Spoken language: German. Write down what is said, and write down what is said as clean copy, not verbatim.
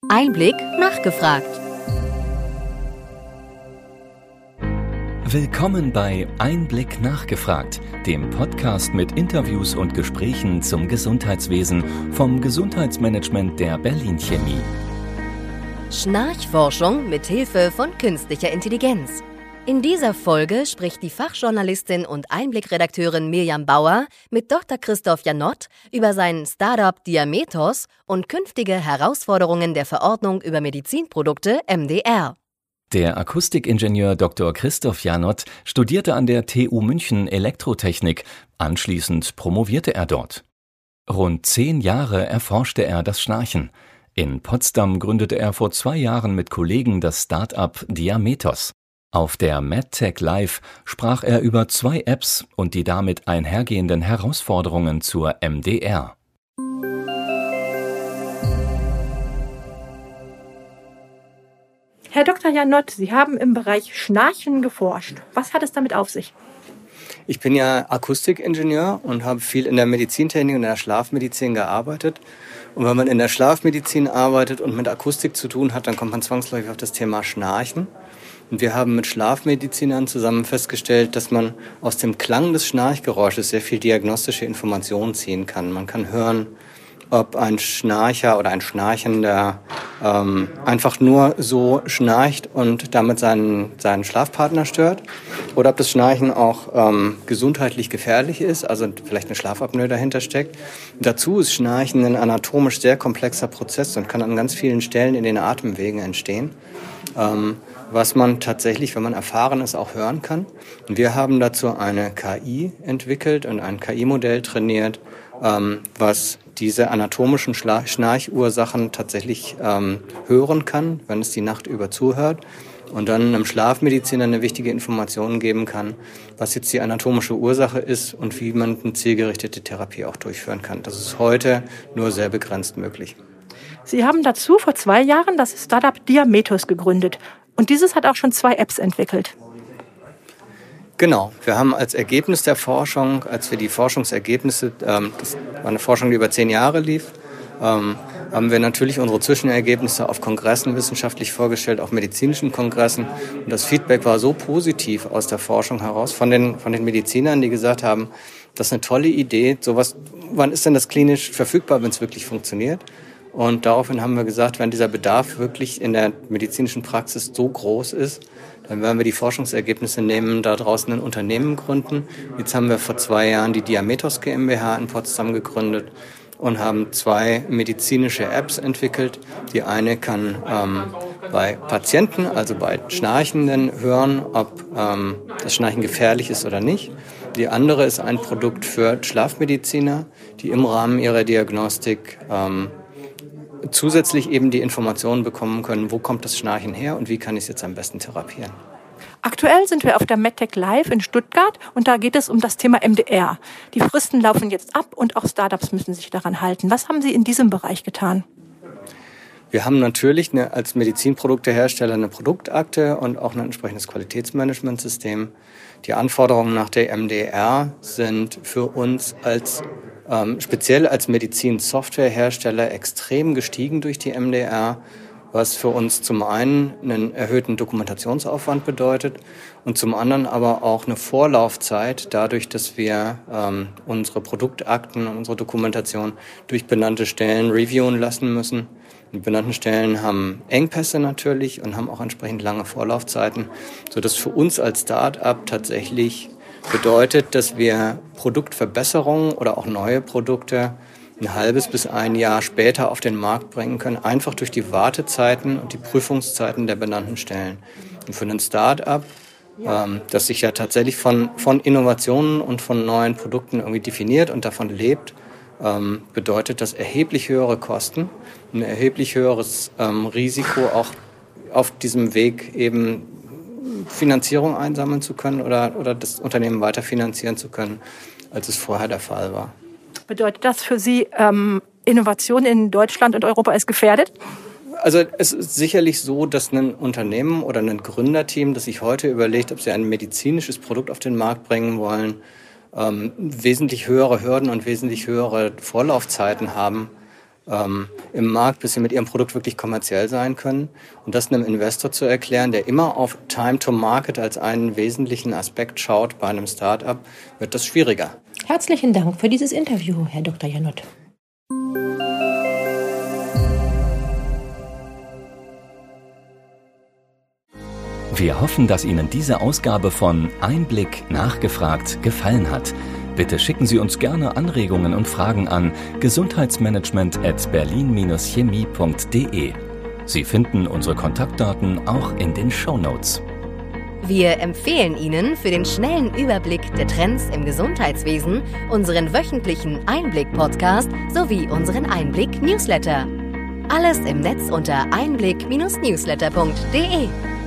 Einblick nachgefragt. Willkommen bei Einblick nachgefragt, dem Podcast mit Interviews und Gesprächen zum Gesundheitswesen vom Gesundheitsmanagement der Berlin Chemie. Schnarchforschung mit Hilfe von künstlicher Intelligenz. In dieser Folge spricht die Fachjournalistin und Einblick-Redakteurin Mirjam Bauer mit Dr. Christoph Janott über sein Startup Diametos und künftige Herausforderungen der Verordnung über Medizinprodukte MDR. Der Akustikingenieur Dr. Christoph Janott studierte an der TU München Elektrotechnik, anschließend promovierte er dort. Rund 10 Jahre erforschte er das Schnarchen. In Potsdam gründete er vor 2 Jahren mit Kollegen das Start-up Diametos. Auf der MedTech Live sprach er über 2 Apps und die damit einhergehenden Herausforderungen zur MDR. Herr Dr. Janott, Sie haben im Bereich Schnarchen geforscht. Was hat es damit auf sich? Ich bin ja Akustikingenieur und habe viel in der Medizintechnik und in der Schlafmedizin gearbeitet. Und wenn man in der Schlafmedizin arbeitet und mit Akustik zu tun hat, dann kommt man zwangsläufig auf das Thema Schnarchen. Und wir haben mit Schlafmedizinern zusammen festgestellt, dass man aus dem Klang des Schnarchgeräusches sehr viel diagnostische Informationen ziehen kann. Man kann hören, ob ein Schnarcher oder ein Schnarchender einfach nur so schnarcht und damit seinen Schlafpartner stört, oder ob das Schnarchen auch gesundheitlich gefährlich ist, also vielleicht eine Schlafapnoe dahinter steckt. Dazu ist Schnarchen ein anatomisch sehr komplexer Prozess und kann an ganz vielen Stellen in den Atemwegen entstehen, was man tatsächlich, wenn man erfahren ist, auch hören kann. Und wir haben dazu eine KI entwickelt und ein KI-Modell trainiert, was diese anatomischen Schnarchursachen tatsächlich hören kann, wenn es die Nacht über zuhört, und dann einem Schlafmediziner eine wichtige Information geben kann, was jetzt die anatomische Ursache ist und wie man eine zielgerichtete Therapie auch durchführen kann. Das ist heute nur sehr begrenzt möglich. Sie haben dazu vor 2 Jahren das Startup Diametos gegründet. Und dieses hat auch schon 2 Apps entwickelt. Genau, wir haben als Ergebnis der Forschung, als wir die Forschungsergebnisse, das war eine Forschung, die über 10 Jahre lief, haben wir natürlich unsere Zwischenergebnisse auf Kongressen wissenschaftlich vorgestellt, auf medizinischen Kongressen. Und das Feedback war so positiv aus der Forschung heraus von den Medizinern, die gesagt haben, das ist eine tolle Idee, sowas, wann ist denn das klinisch verfügbar, wenn es wirklich funktioniert? Und daraufhin haben wir gesagt, wenn dieser Bedarf wirklich in der medizinischen Praxis so groß ist, dann werden wir die Forschungsergebnisse nehmen, da draußen ein Unternehmen gründen. Jetzt haben wir vor 2 Jahren die Diametos GmbH in Potsdam gegründet und haben 2 medizinische Apps entwickelt. Die eine kann bei Patienten, also bei Schnarchenden, hören, ob das Schnarchen gefährlich ist oder nicht. Die andere ist ein Produkt für Schlafmediziner, die im Rahmen ihrer Diagnostik zusätzlich eben die Informationen bekommen können, wo kommt das Schnarchen her und wie kann ich es jetzt am besten therapieren. Aktuell sind wir auf der MedTech Live in Stuttgart und da geht es um das Thema MDR. Die Fristen laufen jetzt ab und auch Startups müssen sich daran halten. Was haben Sie in diesem Bereich getan? Wir haben natürlich als Medizinproduktehersteller eine Produktakte und auch ein entsprechendes Qualitätsmanagementsystem. Die Anforderungen nach der MDR sind für uns speziell als Medizinsoftwarehersteller extrem gestiegen durch die MDR, was für uns zum einen einen erhöhten Dokumentationsaufwand bedeutet und zum anderen aber auch eine Vorlaufzeit, dadurch, dass wir unsere Produktakten und unsere Dokumentation durch benannte Stellen reviewen lassen müssen. Die benannten Stellen haben Engpässe natürlich und haben auch entsprechend lange Vorlaufzeiten, sodass für uns als Start-up tatsächlich bedeutet, dass wir Produktverbesserungen oder auch neue Produkte ein halbes bis 1 Jahr später auf den Markt bringen können, einfach durch die Wartezeiten und die Prüfungszeiten der benannten Stellen. Und für ein Start-up, das sich ja tatsächlich von Innovationen und von neuen Produkten irgendwie definiert und davon lebt, bedeutet das erheblich höhere Kosten, ein erheblich höheres Risiko, auch auf diesem Weg eben Finanzierung einsammeln zu können oder das Unternehmen weiterfinanzieren zu können, als es vorher der Fall war. Bedeutet das für Sie, Innovation in Deutschland und Europa ist gefährdet? Also es ist sicherlich so, dass ein Unternehmen oder ein Gründerteam, das sich heute überlegt, ob sie ein medizinisches Produkt auf den Markt bringen wollen, wesentlich höhere Hürden und wesentlich höhere Vorlaufzeiten haben, im Markt, bis sie mit ihrem Produkt wirklich kommerziell sein können. Und das einem Investor zu erklären, der immer auf Time to Market als einen wesentlichen Aspekt schaut bei einem Start-up, wird das schwieriger. Herzlichen Dank für dieses Interview, Herr Dr. Janot. Wir hoffen, dass Ihnen diese Ausgabe von Einblick nachgefragt gefallen hat. Bitte schicken Sie uns gerne Anregungen und Fragen an gesundheitsmanagement@berlin-chemie.de. Sie finden unsere Kontaktdaten auch in den Shownotes. Wir empfehlen Ihnen für den schnellen Überblick der Trends im Gesundheitswesen unseren wöchentlichen Einblick-Podcast sowie unseren Einblick-Newsletter. Alles im Netz unter einblick-newsletter.de.